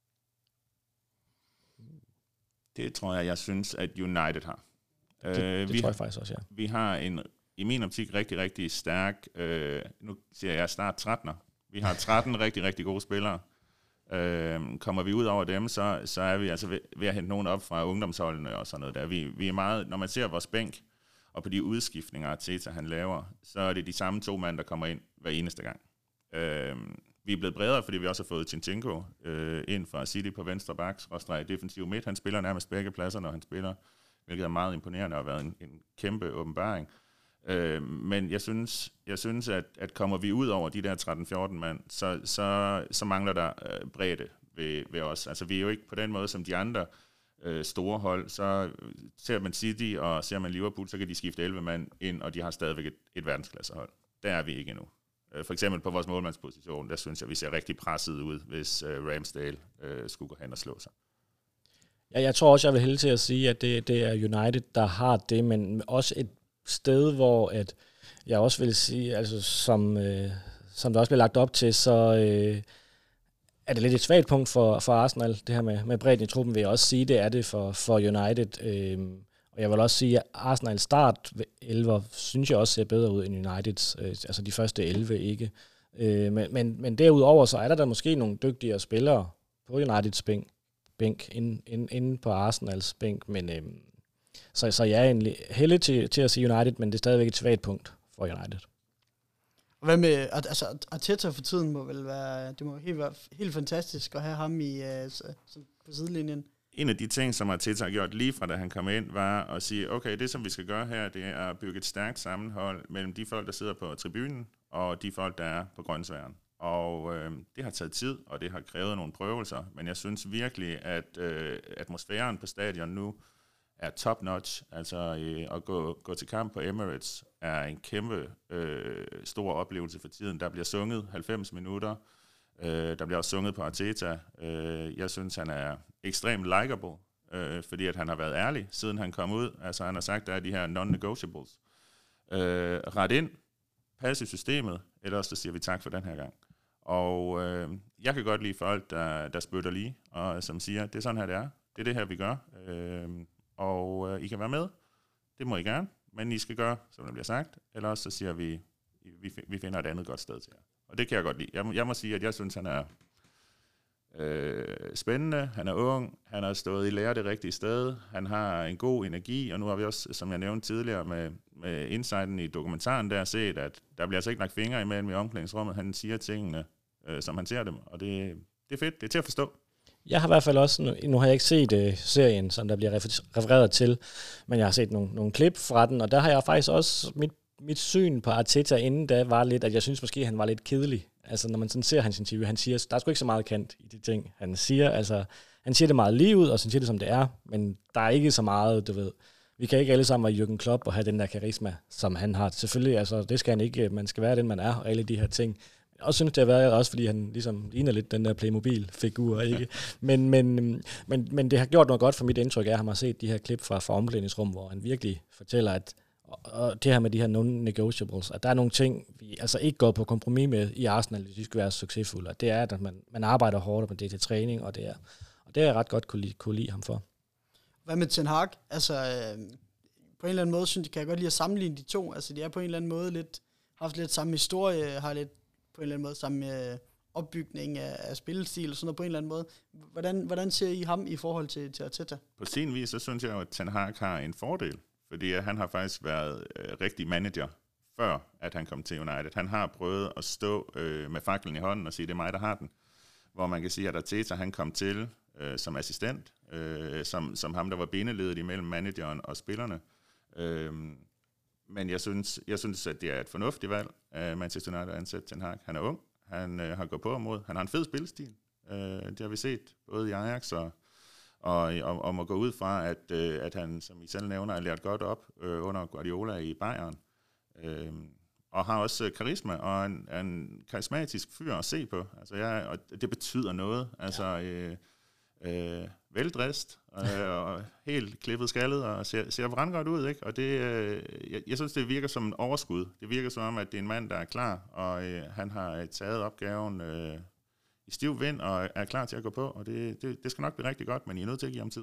Det tror jeg, jeg synes, at United har. Det, det vi, tror jeg faktisk også, ja. Vi har en, i min optik, rigtig, rigtig stærk, øh, nu siger jeg snart trettener. Vi har tretten rigtig, rigtig gode spillere. Øh, kommer vi ud over dem, så, så er vi altså ved, ved at hente nogen op fra ungdomsholdene og sådan noget der. Vi, vi er meget, når man ser vores bænk, og på de udskiftninger, Arteta han laver, så er det de samme to mænd, der kommer ind hver eneste gang. Øh, vi er blevet bredere, fordi vi også har fået Zinchenko øh, ind fra City på venstre bak, skråstreg defensiv midt. Han spiller nærmest begge pladser, når han spiller, hvilket er meget imponerende og har været en, en kæmpe åbenbaring. Øh, men jeg synes, jeg synes at, at kommer vi ud over de der tretten fjorten mand, så, så, så mangler der øh, bredde ved, ved os. Altså vi er jo ikke på den måde som de andre øh, store hold. Så ser man City og ser man Liverpool, så kan de skifte elleve mand ind, og de har stadigvæk et, et verdensklassehold. Der er vi ikke endnu. For eksempel på vores målmandsposition, der synes jeg, vi ser rigtig presset ud, hvis øh, Ramsdale øh, skulle gå hen og slå sig. Ja, jeg tror også, jeg vil hælde til at sige, at det, det er United, der har det, men også et sted, hvor at jeg også vil sige, altså som, øh, som der også bliver lagt op til, så øh, er det lidt et svagt punkt for, for Arsenal, det her med, med bredden i truppen, vil jeg også sige, det er det for, for United. Øh, og jeg vil også sige, at Arsenal start elleve, synes jeg også ser bedre ud end Uniteds, øh, altså de første elleve ikke. Øh, men, men, men derudover, så er der da måske nogle dygtigere spillere på Uniteds bænk, bænk inde, inde, inde på Arsenals bænk, men øh, så, så jeg er egentlig heldig til, til at sige United, men det er stadigvæk et svagt punkt for United. Og hvad med, altså Arteta for tiden må vel være, det må helt være helt fantastisk at have ham i, uh, på sidelinjen. En af de ting, som Arteta har gjort lige fra da han kom ind, var at sige, okay, det som vi skal gøre her, det er at bygge et stærkt sammenhold mellem de folk, der sidder på tribunen, og de folk, der er på grønsværen. Og øh, det har taget tid, og det har krævet nogle prøvelser, men jeg synes virkelig, at øh, atmosfæren på stadion nu er top notch. Altså øh, at gå, gå til kamp på Emirates er en kæmpe øh, stor oplevelse for tiden. Der bliver sunget halvfems minutter. Øh, der bliver også sunget på Arteta. Øh, jeg synes, han er ekstremt likable, øh, fordi at han har været ærlig, siden han kom ud. Altså han har sagt, der er de her non-negotiables. Øh, ret ind, pas i systemet, ellers så siger vi tak for den her gang. Og øh, jeg kan godt lide folk, der, der spytter lige, og som siger, det er sådan her, det er. Det er det her, vi gør. Øh, og øh, I kan være med. Det må I gerne, men I skal gøre, som der bliver sagt. Ellers så siger vi, vi, vi finder et andet godt sted til jer. Og det kan jeg godt lide. Jeg, jeg må sige, at jeg synes, han er øh, spændende, han er ung, han har stået i lære det rigtige sted, han har en god energi, og nu har vi også, som jeg nævnte tidligere med, med insighten i dokumentaren, der set, at der bliver altså ikke lagt fingre imellem i omklædningsrummet. Han siger tingene, øh, som han ser dem, og det, det er fedt, det er til at forstå. Jeg har i hvert fald også, nu, nu har jeg ikke set uh, serien, som der bliver refereret til, men jeg har set nogle, nogle klip fra den, og der har jeg faktisk også, mit, mit syn på Arteta inden da var lidt, at jeg synes måske, han var lidt kedelig. Altså når man sådan ser hans interview, han siger, der er sgu ikke så meget kant i de ting, han siger. Altså han siger det meget lige ud, og så siger det som det er, men der er ikke så meget, du ved. Vi kan ikke alle sammen være Jürgen Klopp og have den der karisma, som han har. Selvfølgelig, altså det skal han ikke, man skal være den, man er, og alle de her ting. Jeg også synes, det har været også, fordi han ligesom ligner lidt den der Playmobil-figur, ikke? Men, men, men, men det har gjort noget godt for mit indtryk af, at han har set de her klip fra, fra omklædningsrum, hvor han virkelig fortæller, at og det her med de her non-negotiables, at der er nogle ting, vi altså ikke går på kompromis med i Arsenal, hvis vi skal være succesfulde. Og det er, at man, man arbejder hårdt med det til træning, og det er, og det er jeg ret godt kunne lide, kunne lide ham for. Hvad med Ten Hag? Altså, øh, på en eller anden måde, synes jeg, kan jeg godt lide at sammenligne de to. Altså, de er på en eller anden måde lidt, haft lidt samme historie, har lidt på en eller anden måde samme øh, opbygning af, af spillestil og sådan noget på en eller anden måde. Hvordan, hvordan ser I ham i forhold til, til Arteta? På sin vis, så synes jeg jo, at Ten Hag har en fordel, fordi han har faktisk været øh, rigtig manager, før at han kom til United. Han har prøvet at stå øh, med faklen i hånden og sige, det er mig, der har den. Hvor man kan sige, at Arteta, han kom til øh, som assistent, øh, som, som ham, der var bindeledet imellem manageren og spillerne. Øh, men jeg synes, jeg synes, at det er et fornuftigt valg af Manchester United at ansætte Ten Hag. Han er ung, han øh, har gået på mod. Han har en fed spilstil. Øh, det har vi set både i Ajax og, og, og, og må gå ud fra, at, øh, at han, som I selv nævner, er lært godt op øh, under Guardiola i Bayern. Øh, og har også karisma, og en, en karismatisk fyr at se på. Altså, jeg, og det betyder noget. Altså, øh, øh, veldrest, øh, og helt klippet skaldet, og ser, ser brandgodt ud, ikke? Og det, øh, jeg, jeg synes, det virker som en overskud. Det virker som om, at det er en mand, der er klar, og øh, han har taget opgaven øh, i stiv vind, og er klar til at gå på, og det, det, det skal nok blive rigtig godt, men I er nødt til at give ham tid.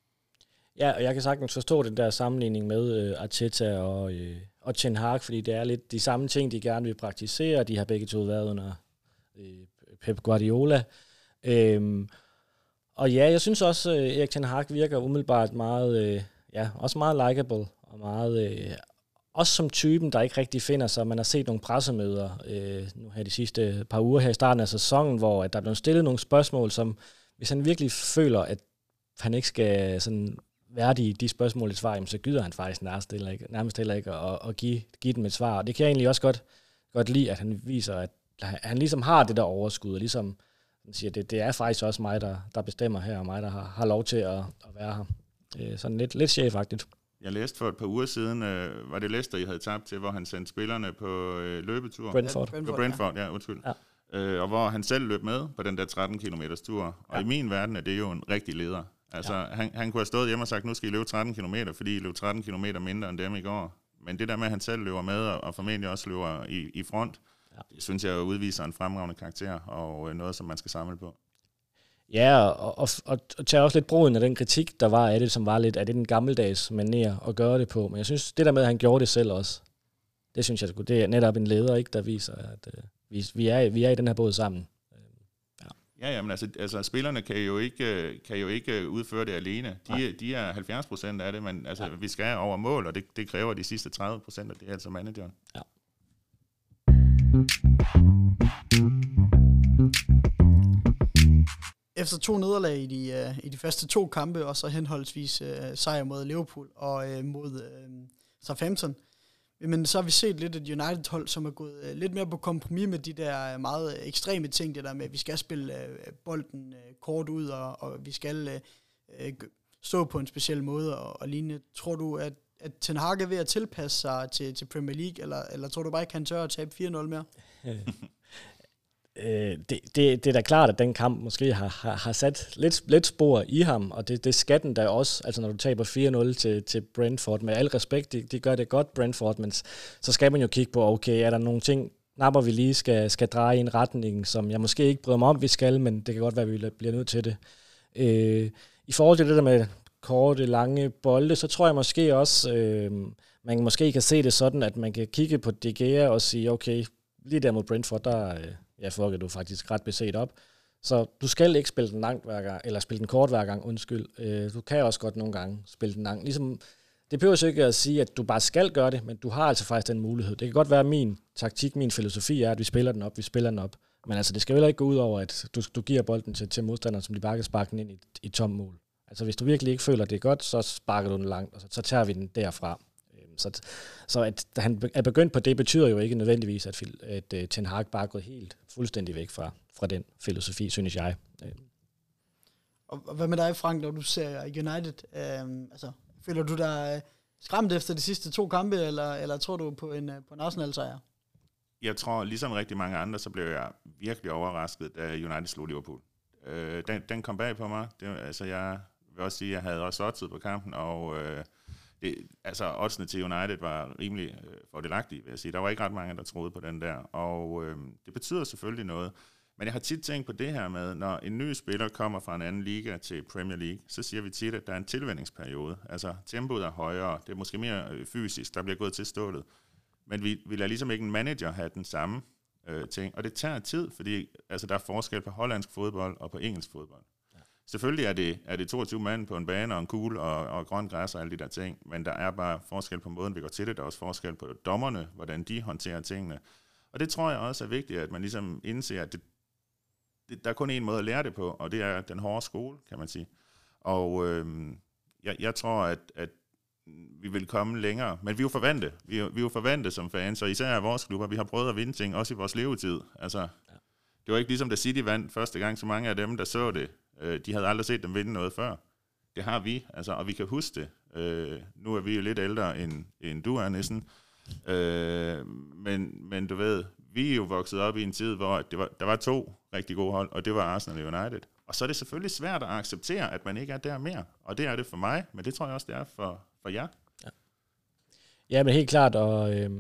Ja, og jeg kan sagtens forstå den der sammenligning med øh, Arteta og, øh, og Ten Hag, fordi det er lidt de samme ting, de gerne vil praktisere. De har begge to været under øh, Pep Guardiola. Øhm, og ja, jeg synes også, at øh, Erik Ten Hag virker umiddelbart meget, øh, ja, også meget likeable, og meget, øh, også som typen, der ikke rigtig finder sig. Man har set nogle pressemøder øh, nu her de sidste par uger her i starten af sæsonen, hvor at der er blevet stillet nogle spørgsmål, som hvis han virkelig føler, at han ikke skal sådan værdige de spørgsmål i svar, så gider han faktisk nærmest heller ikke, nærmest heller ikke at, at give, give dem et svar. Og det kan jeg egentlig også godt, godt lide, at han viser, at han ligesom har det der overskud, og ligesom han siger, det, det er faktisk også mig, der, der bestemmer her, og mig, der har, har lov til at, at være her. Øh, sådan lidt, lidt chefagtigt. Jeg læste for et par uger siden, øh, var det Leicester, I havde tabt til, hvor han sendte spillerne på øh, løbetur. Brentford. Ja, Brentford, Brentford, ja, undskyld. Ja. Øh, og hvor han selv løb med på den der tretten kilometers tur. Og ja. I min verden er det jo en rigtig leder. Altså, ja. han, han kunne have stået hjemme og sagt, nu skal I løbe tretten kilometer, fordi I løb tretten kilometer mindre end dem i går. Men det der med, at han selv løber med, og, og formentlig også løber i, i front, ja. Det synes jeg udviser en fremragende karakter, og øh, noget, som man skal samle på. Ja, og, og, og, og tage også lidt broden af den kritik, der var af det, som var lidt, af det den gammeldags manér at gøre det på. Men jeg synes, det der med, at han gjorde det selv også, det synes jeg, det er netop en leder, ikke, der viser, at øh, vi, vi, er, vi er i den her båd sammen. Ja, ja, men altså, altså spillerne kan jo ikke kan jo ikke udføre det alene. De, de er halvfjerds procent af det, men altså, ja. Vi skal over mål, og det, det kræver de sidste tredive procent, og det er altså manageren. Ja. Efter to nederlag i de, uh, i de første to kampe, og så henholdsvis uh, sejr mod Liverpool og uh, mod uh, Southampton, men så har vi set lidt et United-hold, som er gået uh, lidt mere på kompromis med de der meget ekstreme ting, det der med, at vi skal spille uh, bolden uh, kort ud, og, og vi skal uh, stå på en speciel måde og, og lignende. Tror du, at, at Ten Hag er ved at tilpasse sig til, til Premier League, eller, eller tror du bare ikke, han tør at tabe fire nul mere? Øh, det, det, det er da klart, at den kamp måske har, har, har sat lidt, lidt spor i ham, og det, det skal den da også, altså når du taber fire nul til, til Brentford, med al respekt, de, de gør det godt, Brentford, men så skal man jo kigge på, okay, er der nogle ting, napper vi lige skal, skal dreje i en retning, som jeg måske ikke bryder mig om, vi skal, men det kan godt være, at vi bliver nødt til det. Øh, I forhold til det der med korte, lange bolde, så tror jeg måske også, øh, man måske kan se det sådan, at man kan kigge på De Gea og sige, okay, lige der mod Brentford, der... Øh, ja, fucker du faktisk ret beset op. Så du skal ikke spille den langt hver gang, eller spille den kort hver gang, undskyld. Øh, du kan også godt nogle gange spille den langt. Ligesom, det behøver så ikke at sige, at du bare skal gøre det, men du har altså faktisk den mulighed. Det kan godt være, at min taktik, min filosofi er, at vi spiller den op, vi spiller den op. Men altså, det skal jo ikke gå ud over, at du, du giver bolden til, til modstanderen, som de bare kan sparke den ind i, i tom mål. Altså, hvis du virkelig ikke føler, det er godt, så sparker du den langt, og så, så tager vi den derfra. Så, så at han er begyndt på det, betyder jo ikke nødvendigvis, at, at, at Ten Hag bare er gået helt fuldstændig væk fra, fra den filosofi, synes jeg. Og hvad med dig, Frank, når du ser United? Øhm, altså, føler du dig skræmt efter de sidste to kampe, eller, eller tror du på en, på en Arsenal-sejr? Jeg tror, ligesom rigtig mange andre, så blev jeg virkelig overrasket, da United slog Liverpool. Øh, den, den kom bag på mig. Det, altså, jeg vil også sige, at jeg havde også oddset på kampen, og... Øh, Det, altså, oddsene til United var rimelig øh, fordelagtige, vil jeg sige. Der var ikke ret mange, der troede på den der, og øh, det betyder selvfølgelig noget. Men jeg har tit tænkt på det her med, når en ny spiller kommer fra en anden liga til Premier League, så siger vi tit, at der er en tilvændingsperiode. Altså, tempoet er højere, det er måske mere øh, fysisk, der bliver gået til stålet. Men vi, vi lader ligesom ikke en manager have den samme øh, ting, og det tager tid, fordi altså, der er forskel på hollandsk fodbold og på engelsk fodbold. Selvfølgelig er det, er det toogtyve mand på en bane og en kugle og, og grøn græs og alle de der ting, men der er bare forskel på måden, vi går til det. Der er også forskel på dommerne, hvordan de håndterer tingene. Og det tror jeg også er vigtigt, at man ligesom indser, at det, det, der er kun en måde at lære det på, og det er den hårde skole, kan man sige. Og øhm, jeg, jeg tror, at, at vi vil komme længere, men vi er jo forvante. Vi er, vi er jo forvante som fans, og især vores klubber, vi har prøvet at vinde ting, også i vores levetid. Altså... Det var ikke ligesom, da City vandt første gang, så mange af dem, der så det, øh, de havde aldrig set dem vinde noget før. Det har vi, altså, og vi kan huske det. Øh, nu er vi jo lidt ældre, end, end du er næsten. Øh, men, men du ved, vi er jo vokset op i en tid, hvor det var, der var to rigtig gode hold, og det var Arsenal og United. Og så er det selvfølgelig svært at acceptere, at man ikke er der mere. Og det er det for mig, men det tror jeg også, det er for, for jer. Ja. Ja, men helt klart, og øh,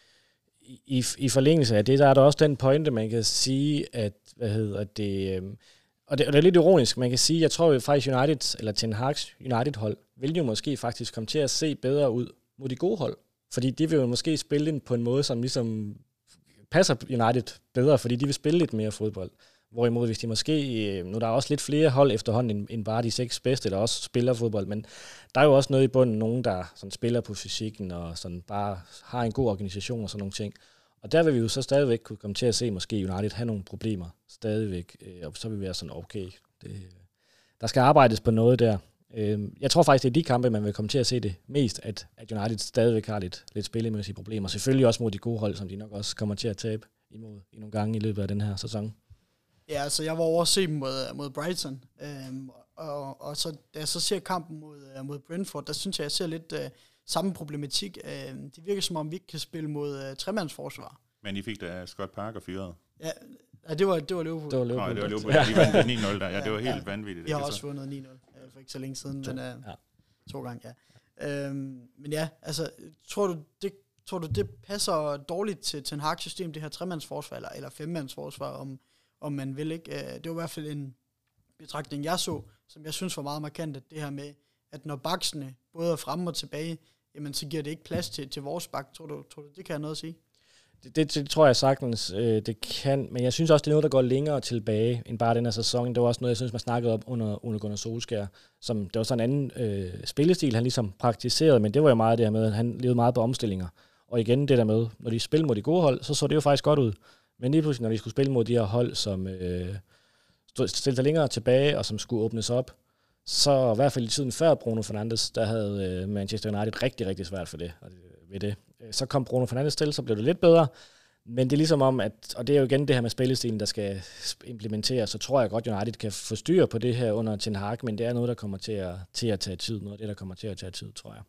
i, i forlængelse af det, der er der også den pointe, man kan sige, at, hvad hedder det, øh, og det, og det er lidt ironisk, man kan sige, jeg tror jo faktisk United, eller Ten Hag's United-hold, vil jo måske faktisk komme til at se bedre ud mod de gode hold. Fordi de vil jo måske spille ind på en måde, som ligesom passer United bedre, fordi de vil spille lidt mere fodbold. Hvorimod, hvis de måske, nu er der også lidt flere hold efterhånden, end, end bare de seks bedste, der også spiller fodbold, men der er jo også noget i bunden, nogen der sådan spiller på fysikken, og sådan bare har en god organisation og sådan nogle ting. Og der vil vi jo så stadigvæk kunne komme til at se, måske United have nogle problemer stadigvæk, og så vil vi være sådan, okay, det, der skal arbejdes på noget der. Jeg tror faktisk, det er de kampe, man vil komme til at se det mest, at, at United stadigvæk har lidt, lidt spillemæssige problemer. Selvfølgelig også mod de gode hold, som de nok også kommer til at tabe imod i nogle gange i løbet af den her sæson. Ja, altså jeg var over at se dem mod, mod Brighton, øhm, og, og så, da jeg så ser kampen mod, mod Brentford, der synes jeg, jeg ser lidt øh, samme problematik. Øh, det virker som om, vi ikke kan spille mod øh, tremandsforsvar. Men I fik da Scott Parker fyret. Ja, ja det var, det var Liverpool. Det var Liverpool. Nej, det var Liverpool. Ja, de vandt ni nul der. Ja, det var helt ja, vanvittigt. De har også vundet ni nul øh, for ikke så længe siden, to, men øh, ja. to gange, ja. Øhm, men ja, altså, tror du, det, tror du, det passer dårligt til Ten Hag's system, det her tremandsforsvar, eller, eller femmandsforsvar, om om man vil, ikke. Det var i hvert fald en betragtning, jeg så, som jeg synes var meget markant, at det her med, at når baksene både er fremme og tilbage, jamen så giver det ikke plads til, til vores bak. Tror du, tror du, det kan have noget at sige? Det, det, det tror jeg sagtens, øh, det kan, men jeg synes også, det er noget, der går længere tilbage end bare den her sæson. Det var også noget, jeg synes, man snakkede om under, under Gunnar Solskjær, som det var sådan en anden øh, spillestil, han ligesom praktiserede, men det var jo meget det her med, at han levede meget på omstillinger. Og igen det der med, når de spillede mod de gode hold, så så det jo faktisk godt ud. Men lige pludselig, når de skulle spille mod de her hold, som øh, stillede sig længere tilbage, og som skulle åbnes op, så i hvert fald i tiden før Bruno Fernandes, der havde øh, Manchester United rigtig, rigtig svært for det, og det, ved det. Så kom Bruno Fernandes til, så blev det lidt bedre, men det er ligesom om, at, og det er jo igen det her med spillestilen, der skal implementeres, så tror jeg godt, United kan få styr på det her under Ten Hag, men det er noget, der kommer til at, til at tage tid, noget af det, der kommer til at tage tid, tror jeg.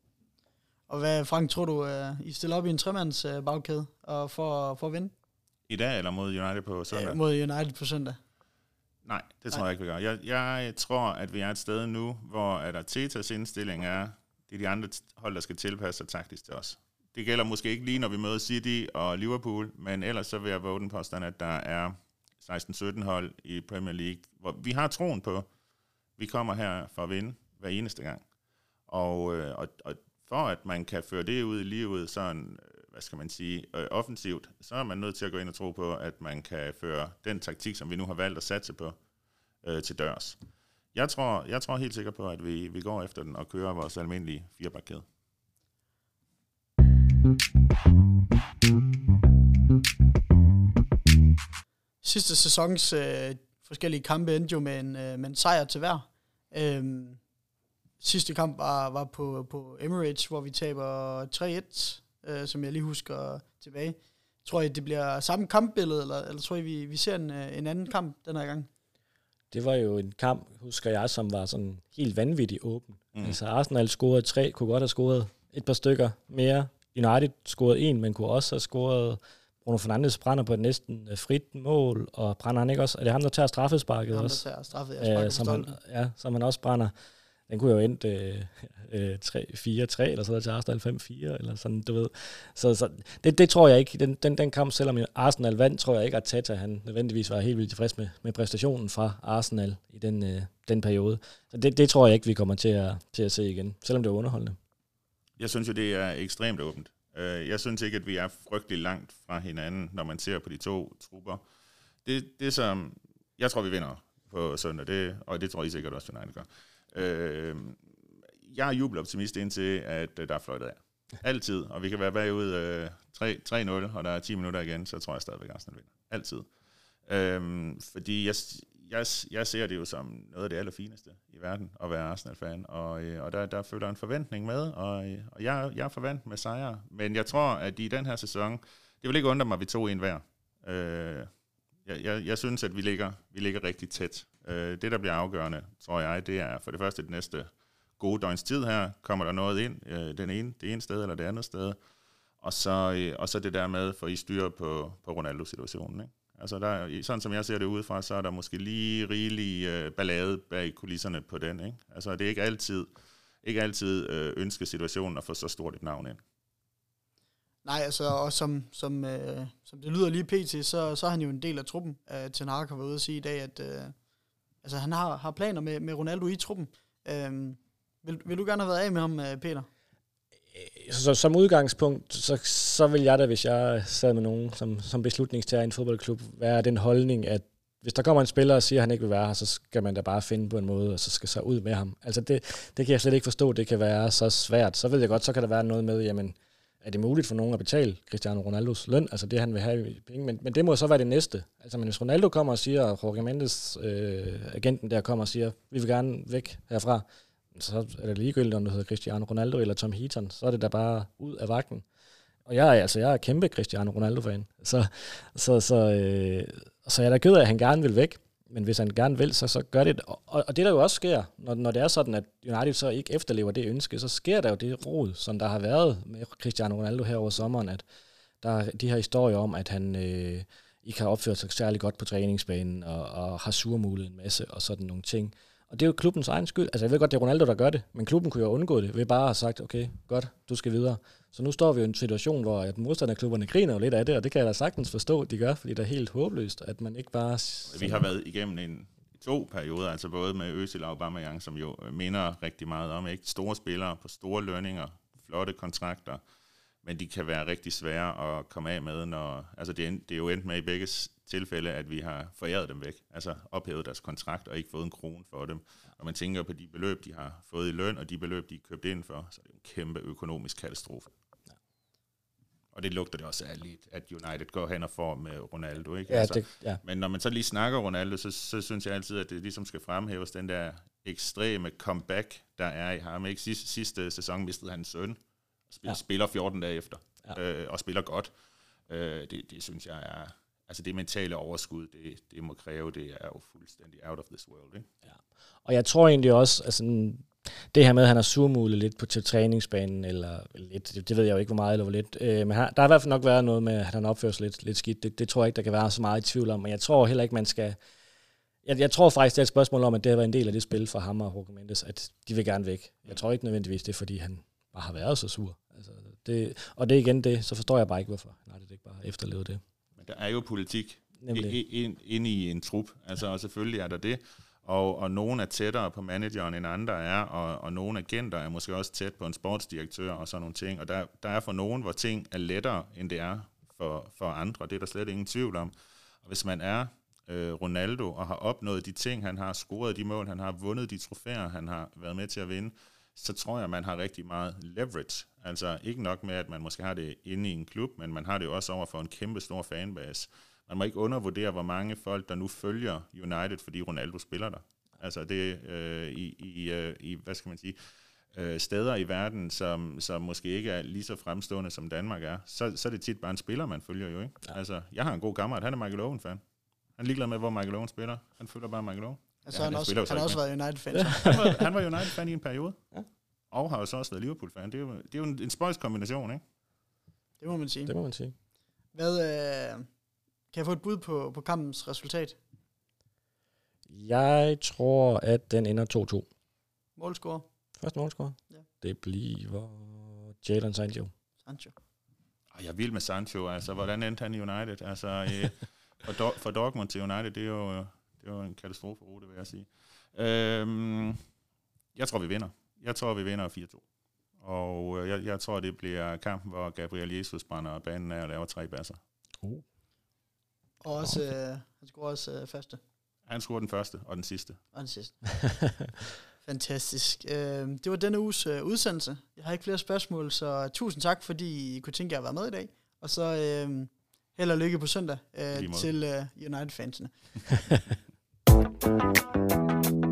Og hvad, Frank, tror du, I stiller op i en tremands bagkæde og for, for at vinde? I dag eller mod United på søndag? Ja, mod United på søndag. Nej, det tror Nej. jeg ikke, vi gør. Jeg, jeg tror, at vi er et sted nu, hvor at Artetas indstilling er, det er de andre hold, der skal tilpasse sig taktisk til os. Det gælder måske ikke lige, når vi møder City og Liverpool, men ellers så vil jeg våge den påstand, at der er seksten sytten hold i Premier League, hvor vi har troen på, vi kommer her for at vinde hver eneste gang. Og, og, og for at man kan føre det ud i livet sådan, hvad skal man sige, øh, offensivt, så er man nødt til at gå ind og tro på, at man kan føre den taktik, som vi nu har valgt at satse på, øh, til dørs. Jeg tror, jeg tror helt sikkert på, at vi, vi går efter den og kører vores almindelige firebakkæde. Sidste sæsons øh, forskellige kampe endte jo med en, øh, med en sejr til hver. Øhm, sidste kamp var, var på, på Emirates, hvor vi taber tre et, øh, som jeg lige husker tilbage. Tror I, det bliver samme kampbillede, eller, eller tror I, vi, vi ser en, en anden kamp den her gang? Det var jo en kamp, husker jeg, som var sådan helt vanvittigt åben. Mm. Altså Arsenal scorede tre, kunne godt have scoret et par stykker mere. United scorede en, men kunne også have scoret. Bruno Fernandes brænder på et næsten frit mål, og brænder han ikke også? Er det ham, der tager straffesparket ham, også? Der tager straffet, jeg øh, som han, ja, som han også brænder. Den kunne jo endt øh, øh, fire tre, eller så der til Arsenal fem fire, eller sådan, du ved. Så, så det, det tror jeg ikke. Den, den, den kamp, selvom Arsenal vandt, tror jeg ikke, at Tata, han nødvendigvis var helt vildt tilfreds med, med præstationen fra Arsenal i den, øh, den periode. Så det, det tror jeg ikke, vi kommer til at, til at se igen, selvom det er underholdende. Jeg synes jo, det er ekstremt åbent. Jeg synes ikke, at vi er frygtelig langt fra hinanden, når man ser på de to trupper. Det, det som, jeg tror, vi vinder på søndag, det, og det tror I sikkert også, United gør. Øh, jeg er jubeloptimist indtil, at der er fløjtet af. Altid. Og vi kan være bagud øh, tre nul, og der er ti minutter igen, så tror jeg stadigvæk, at Arsenal vinder. Altid. Øh, fordi jeg, jeg, jeg ser det jo som noget af det allerfineste i verden, at være Arsenal-fan. Og, og der, der følger en forventning med, og, og jeg, jeg er forvent med sejre. Men jeg tror, at i den her sæson, det vil ikke undre mig, at vi tog en hver. Øh, jeg, jeg, jeg synes, at vi ligger, vi ligger rigtig tæt. Øh, det, der bliver afgørende, tror jeg, det er for det første det næste gode døgns tid her. Kommer der noget ind, øh, den ene, det ene sted eller det andet sted? Og så, øh, og så det der med, for I styrer på, på Ronaldo-situationen, ikke? Altså, der, sådan som jeg ser det udefra, så er der måske lige rigelig øh, ballade bag kulisserne på den, ikke? Altså, det er ikke altid, ikke altid øh, ønskesituationen at få så stort et navn ind. Nej, altså, og som, som, øh, som det lyder lige pt, så, så er han jo en del af truppen. Uh, Ten Hag har været ude at sige i dag, at øh, altså, han har, har planer med, med Ronaldo i truppen. Øh, vil, vil du gerne have været af med ham, Peter? Så, så som udgangspunkt, så, så vil jeg da, hvis jeg sad med nogen som, som beslutningstager i en fodboldklub, være den holdning, at hvis der kommer en spiller og siger, at han ikke vil være her, så skal man da bare finde på en måde, og så skal så ud med ham. Altså det, det kan jeg slet ikke forstå, det kan være så svært. Så ved jeg godt, så kan der være noget med, jamen, er det muligt for nogen at betale Cristiano Ronaldos løn, altså det han vil have i penge, men, men det må så være det næste. Altså men hvis Ronaldo kommer og siger, og Jorge Mendes, øh, agenten der kommer og siger, vi vil gerne væk herfra, så er det ligegyldigt, om du hedder Cristiano Ronaldo eller Tom Heaton, så er det da bare ud af vagten. Og jeg er altså jeg er kæmpe Cristiano Ronaldo-fan, så, så, så, øh, så jeg er da ked af, at han gerne vil væk, men hvis han gerne vil, så, så gør det. Og, og det der jo også sker, når, når det er sådan, at United så ikke efterlever det ønske, så sker der jo det rod, som der har været med Cristiano Ronaldo her over sommeren, at der er de her historier om, at han øh, ikke har opført sig særlig godt på træningsbanen, og, og har surmulet en masse, og sådan nogle ting. Og det er jo klubbens egen skyld. Altså jeg ved godt, det er Ronaldo, der gør det, men klubben kunne jo undgå det ved bare at have sagt, okay, godt, du skal videre. Så nu står vi jo i en situation, hvor at modstanderklubberne griner jo lidt af det, og det kan jeg da sagtens forstå, at de gør, fordi det er helt håbløst, at man ikke bare... Vi har været igennem en to perioder, altså både med Özil og Aubameyang, som jo minder rigtig meget om, ikke? Store spillere på store lønninger, flotte kontrakter, men de kan være rigtig svære at komme af med, når... Altså det er, det er jo endt med i begge tilfælde, at vi har foræret dem væk, altså ophævet deres kontrakt og ikke fået en krone for dem. Når man tænker på de beløb, de har fået i løn, og de beløb, de er købt ind for, så er det en kæmpe økonomisk katastrofe. Ja. Og det lugter det også af lidt, at United går hen og får med Ronaldo, ikke? Ja, altså, det, ja. Men når man så lige snakker Ronaldo, så, så synes jeg altid, at det ligesom skal fremhæves den der ekstreme comeback, der er i ham. Ikke? Sidste, sidste sæson mistede han en søn, spiller, ja. spiller fjorten dage efter, ja. øh, og spiller godt. Øh, det, det synes jeg er... Altså det mentale overskud, det, det må kræve, det er jo fuldstændig out of this world, ikke? Ja. Og jeg tror egentlig også, altså det her med, at han har surmulet lidt på til træningsbanen, eller lidt, det, det ved jeg jo ikke, hvor meget eller hvor lidt, øh, men her, der har i hvert fald nok været noget med, at han opfører sig lidt, lidt skidt. Det, det tror jeg ikke, der kan være så meget i tvivl om, men jeg tror heller ikke, man skal... Jeg, jeg tror faktisk, det er et spørgsmål om, at det har været en del af det spil for ham og Jorge Mendes, at de vil gerne væk. Jeg tror ikke nødvendigvis, det er, fordi han bare har været så sur. Altså, det, og det er igen det, så forstår jeg bare ikke, hvorfor. Nej, det er ikke bare efterlevet det. Der er jo politik inde i en trup, altså, og selvfølgelig er der det, og, og nogen er tættere på manageren end andre er, og, og nogle agenter er måske også tæt på en sportsdirektør og sådan nogle ting, og der, der er for nogen, hvor ting er lettere, end det er for, for andre, det er der slet ingen tvivl om. Og hvis man er øh, Ronaldo og har opnået de ting, han har scoret de mål, han har vundet de trofæer, han har været med til at vinde, så tror jeg, man har rigtig meget leverage. Altså ikke nok med, at man måske har det inde i en klub, men man har det jo også over for en kæmpe stor fanbase. Man må ikke undervurdere, hvor mange folk, der nu følger United, fordi Ronaldo spiller der. Altså det øh, i, i, øh, i, hvad skal man sige, øh, steder i verden, som, som måske ikke er lige så fremstående, som Danmark er, så, så er det tit bare en spiller, man følger jo, ikke? Ja. Altså, jeg har en god kammerat, han er Michael Owen-fan. Han er ligeglad med, hvor Michael Owen spiller. Han følger bare Michael Owen. Altså, ja, han, han, også, han har også været United-fan. han, var, han var United-fan i en periode. Ja. Og har jo så også været Liverpool-fan. Det er jo, det er jo en, en spøjs kombination, ikke? Det må man sige. Det må man sige. Hvad, øh, kan jeg få et bud på, på kampens resultat? Jeg tror, at den ender to to. Målscore? Første målscore? Ja. Det bliver Jadon Sancho. Sancho. Jeg er vild med Sancho. Altså, hvordan endte han i United? Altså, øh, for, Do- for Dortmund til United, det er jo, det er jo en katastroferute, vil jeg sige. Øhm, jeg tror, vi vinder. Jeg tror, vi vinder fire to. Og jeg, jeg tror, det bliver kampen, hvor Gabriel Jesus brænder banen af og laver tre basser. Uh. Og også, øh, han scorer også øh, første. Han scorer den første og den sidste. Og den sidste. Fantastisk. Øh, det var denne uges øh, udsendelse. Jeg har ikke flere spørgsmål, så tusind tak, fordi I kunne tænke jer at være med i dag. Og så øh, held og lykke på søndag øh, til øh, United-fansene.